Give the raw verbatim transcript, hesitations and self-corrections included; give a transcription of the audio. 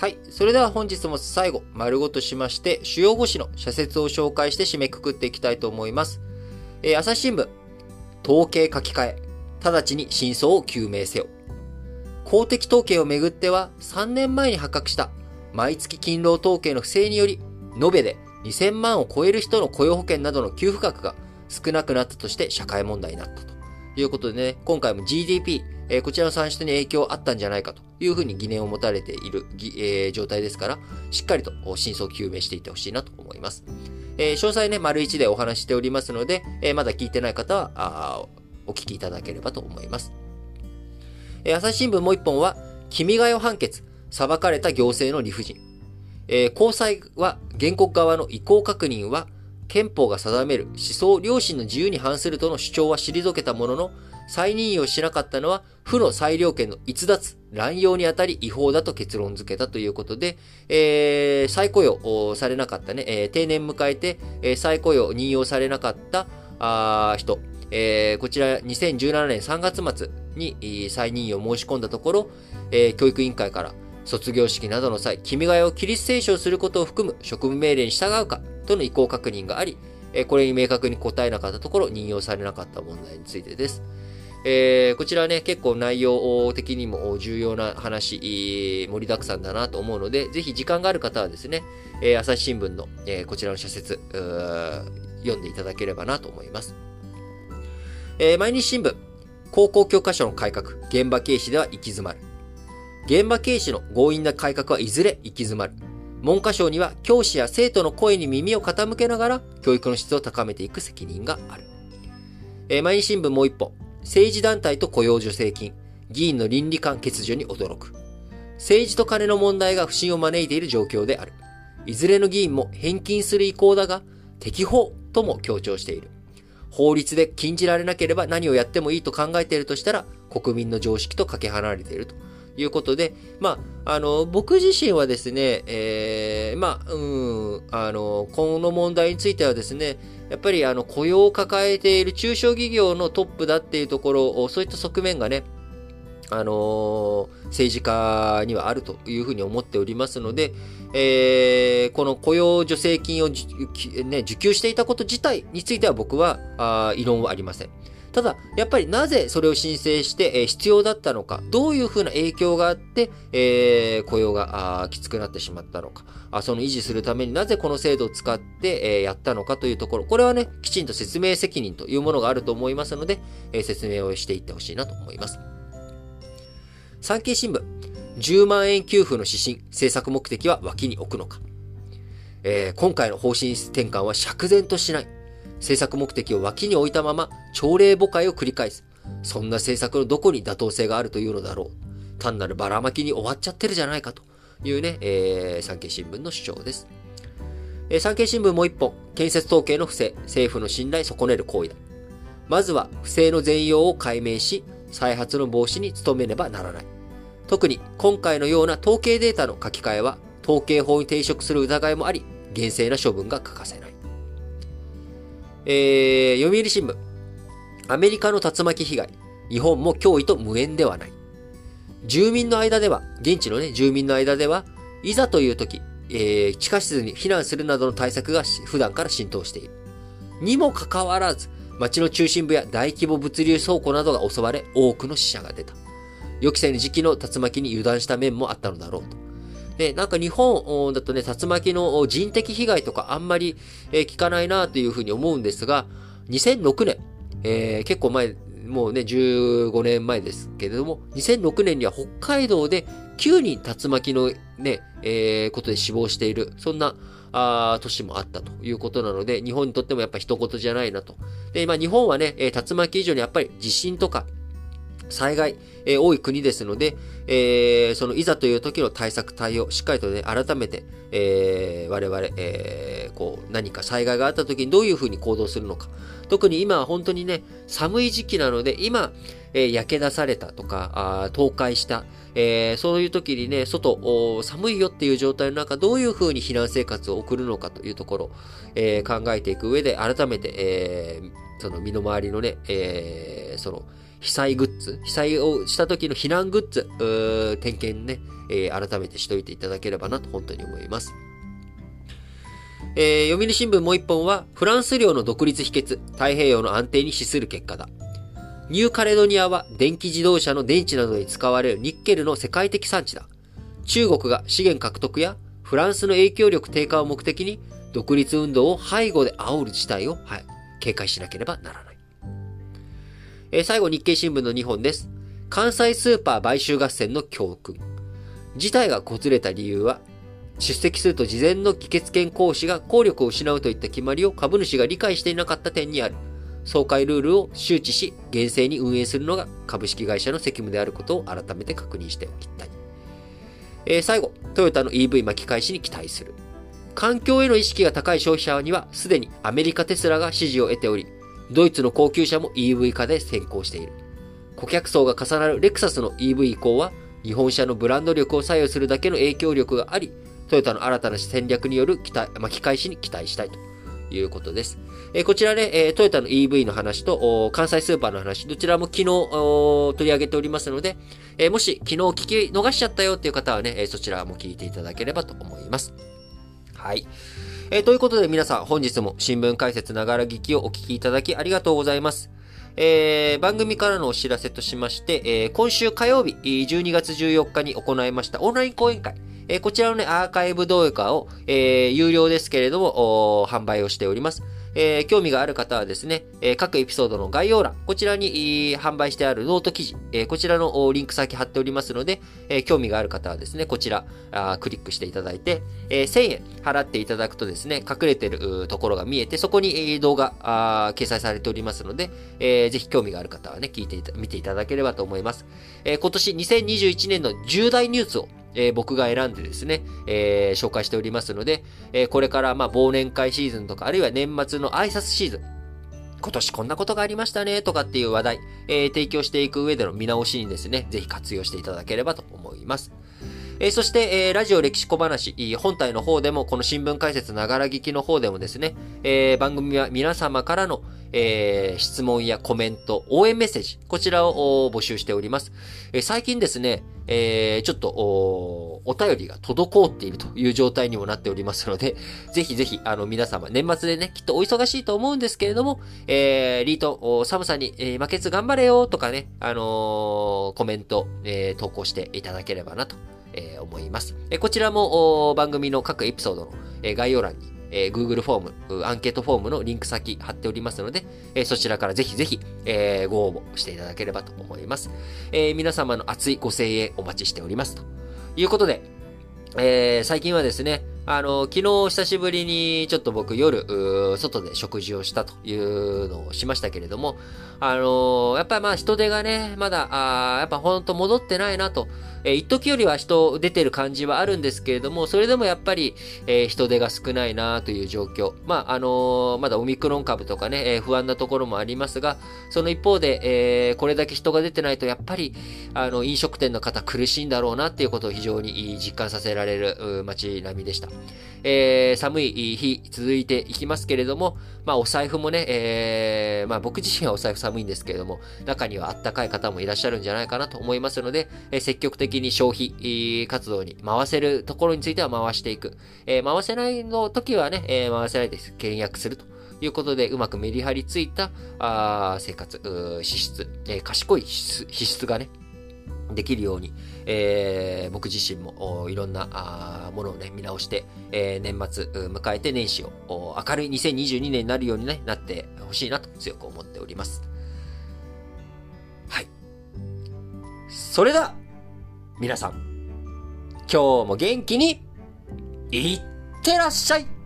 はい。それでは本日も最後、丸ごとしまして、主要語詞の社説を紹介して締めくくっていきたいと思います。えー、朝日新聞、統計書き換え、直ちに真相を究明せよ。公的統計をめぐっては、さんねんまえに発覚した毎月勤労統計の不正により、延べでにせんまんを超える人の雇用保険などの給付額が少なくなったとして社会問題になったということでね、今回も ジーディーピー、えー、こちらの算出に影響あったんじゃないかというふうに疑念を持たれている、えー、状態ですから、しっかりと真相を究明していってほしいなと思います。えー、詳細ね、丸一でお話ししておりますので、えー、まだ聞いてない方はあお聞きいただければと思います。えー、朝日新聞もう一本は、君が代判決、裁かれた行政の理不尽。えー、高裁は原告側の意向確認は、憲法が定める思想良心の自由に反するとの主張は退けたものの、再任用しなかったのは、負の裁量権の逸脱、乱用にあたり違法だと結論付けたということで、えー、再雇用されなかったね、えー、定年迎えて、えー、再雇用、任用されなかったあ人、えー、こちらにせんじゅうななねんさんがつ末に再任用を申し込んだところ、えー、教育委員会から卒業式などの際、君が代を起立聖書することを含む職務命令に従うかとの意向確認があり、これに明確に答えなかったところ、任用されなかった問題についてです。えー、こちらはね、結構内容的にも重要な話、盛りだくさんだなと思うので、ぜひ時間がある方はですね、えー、朝日新聞の、えー、こちらの社説、読んでいただければなと思います。えー、毎日新聞、高校教科書の改革、現場軽視では行き詰まる。現場軽視の強引な改革はいずれ行き詰まる。文科省には教師や生徒の声に耳を傾けながら教育の質を高めていく責任がある。えー、毎日新聞もう一本。政治団体と雇用助成金。議員の倫理観欠如に驚く。政治と金の問題が不信を招いている状況である。いずれの議員も返金する意向だが、適法とも強調している。法律で禁じられなければ何をやってもいいと考えているとしたら、国民の常識とかけ離れていると。いうことで、まあ、あの、僕自身はですね、えー、まあ、うん、あの、この問題についてはですね、やっぱりあの、雇用を抱えている中小企業のトップだっていうところ、そういった側面がね、あの、政治家にはあるというふうに思っておりますので、えー、この雇用助成金を、ね、受給していたこと自体については僕は、あ異論はありません。ただ、やっぱりなぜそれを申請して、えー、必要だったのか、どういうふうな影響があって、えー、雇用がきつくなってしまったのか、あその維持するためになぜこの制度を使って、えー、やったのかというところ、これはね、きちんと説明責任というものがあると思いますので、えー、説明をしていってほしいなと思います。産経新聞、じゅうまんえん給付の指針、政策目的は脇に置くのか。えー、今回の方針転換は釈然としない。政策目的を脇に置いたまま朝令暮改を繰り返す。そんな政策のどこに妥当性があるというのだろう。単なるばらまきに終わっちゃってるじゃないかというね、えー、産経新聞の主張です。えー、産経新聞もう一本、建設統計の不正、政府の信頼損ねる行為だ。まずは不正の全容を解明し、再発の防止に努めねばならない。特に今回のような統計データの書き換えは、統計法に抵触する疑いもあり、厳正な処分が欠かせない。えー、読売新聞。アメリカの竜巻被害。日本も脅威と無縁ではない。住民の間では、現地のね、住民の間では、いざという時、えー、地下室に避難するなどの対策が普段から浸透している。にもかかわらず、街の中心部や大規模物流倉庫などが襲われ、多くの死者が出た。予期せぬ時期の竜巻に油断した面もあったのだろうと。で、なんか日本だとね、竜巻の人的被害とかあんまり聞かないなというふうに思うんですが、にせんろくねん、えー、結構前、もうね、じゅうごねんまえですけれども、にせんろくねんには北海道できゅうにん竜巻のね、えー、ことで死亡している、そんな、あ年もあったということなので、日本にとってもやっぱ一言じゃないなと。で、まあ日本はね、竜巻以上にやっぱり地震とか、災害、えー、多い国ですので、えー、そのいざという時の対策対応、しっかりとね、改めて、えー、我々、えー、こう、何か災害があった時にどういうふうに行動するのか。特に今は本当にね、寒い時期なので、今、えー、焼け出されたとか、あ倒壊した、えー、そういう時にね、外、寒いよっていう状態の中、どういうふうに避難生活を送るのかというところ、えー、考えていく上で、改めて、えー、その身の回りのね、えー、その、 被災グッズ、被災をした時の避難グッズ、うー点検ね、えー、改めてしといていただければなと本当に思います。えー、読売新聞もう一本は、フランス領の独立秘訣、太平洋の安定に資する結果だ。ニューカレドニアは電気自動車の電池などに使われるニッケルの世界的産地だ。中国が資源獲得やフランスの影響力低下を目的に独立運動を背後で煽る事態を、はい、警戒しなければならない。えー、最後、日経新聞のにほんです。関西スーパー買収合戦の教訓。事態がこずれた理由は、出席すると事前の議決権行使が効力を失うといった決まりを株主が理解していなかった点にある。総会ルールを周知し、厳正に運営するのが株式会社の責務であることを改めて確認しておきたい。えー、最後、トヨタの イーブイ 巻き返しに期待する。環境への意識が高い消費者にはすでにアメリカテスラが支持を得ており、ドイツの高級車も イーブイ 化で先行している。顧客層が重なるレクサスの イーブイ 移行は、日本車のブランド力を左右するだけの影響力があり、トヨタの新たな戦略による期待巻き返しに期待したいということです。えー、こちらね、えー、トヨタの イーブイ の話と関西スーパーの話、どちらも昨日取り上げておりますので、えー、もし昨日聞き逃しちゃったよっていう方はね、えー、そちらも聞いていただければと思います。はい。えー、ということで皆さん本日も新聞解説ながら聞きをお聞きいただきありがとうございます。えー、番組からのお知らせとしまして、えー、今週火曜日じゅうにがつじゅうよっかに行いましたオンライン講演会、えー、こちらのね、アーカイブ動画を、えー、有料ですけれども、販売をしております。えー、興味がある方はですね、えー、各エピソードの概要欄、こちらに、えー、販売してあるノート記事、えー、こちらのリンク先貼っておりますので、えー、興味がある方はですね、こちら、あクリックしていただいて、えー、せんえん払っていただくとですね、隠れてるところが見えて、そこに、えー、動画あ掲載されておりますので、えー、ぜひ興味がある方はね、聞いていた、見ていただければと思います。えー、今年にせんにじゅういちねんの重大ニュースをえー、僕が選んでですね、えー、紹介しておりますので、えー、これからまあ忘年会シーズンとか、あるいは年末の挨拶シーズン、今年こんなことがありましたねとかっていう話題、えー、提供していく上での見直しにですね、ぜひ活用していただければと思います。えー、そして、えー、ラジオ歴史小話、本体の方でも、この新聞解説ながら聞きの方でもですね、えー、番組は皆様からの、えー、質問やコメント、応援メッセージ、こちらを募集しております。えー、最近ですね、えー、ちょっとお、お便りが滞っているという状態にもなっておりますので、ぜひぜひ、あの、皆様、年末でね、きっとお忙しいと思うんですけれども、えー、リート、寒さに、えー、負けず頑張れよとかね、あのー、コメント、えー、投稿していただければなと、えー、思います。えー、こちらも、番組の各エピソードの、えー、概要欄に、えー、Google フォーム、アンケートフォームのリンク先貼っておりますので、えー、そちらからぜひぜひ、えー、ご応募していただければと思います。えー、皆様の熱いご声援お待ちしております。ということで、えー、最近はですね、あの、昨日久しぶりにちょっと僕夜、外で食事をしたというのをしましたけれども、あのー、やっぱりまあ人手がね、まだ、あやっぱほんと戻ってないなと、えー、一時よりは人出てる感じはあるんですけれども、それでもやっぱり、えー、人手が少ないなという状況。まあ、あのー、まだオミクロン株とかね、えー、不安なところもありますが、その一方で、えー、これだけ人が出てないと、やっぱり、あの、飲食店の方苦しいんだろうなっていうことを非常に実感させられる街並みでした。えー、寒い日続いていきますけれども、まあお財布もね、えー、まあ僕自身はお財布寒いんですけれども、中にはあったかい方もいらっしゃるんじゃないかなと思いますので、えー、積極的に消費活動に回せるところについては回していく。えー、回せないの時はね、えー、回せないです。倹約するということで、うまくメリハリついたあ生活、支出、えー、賢い支出がね、できるように、えー、僕自身もいろんなものをね、見直して、えー、年末迎えて年始を明るいにせんにじゅうにねんになるように、ね、なってほしいなと強く思っております。はい。それでは、皆さん、今日も元気にいってらっしゃい。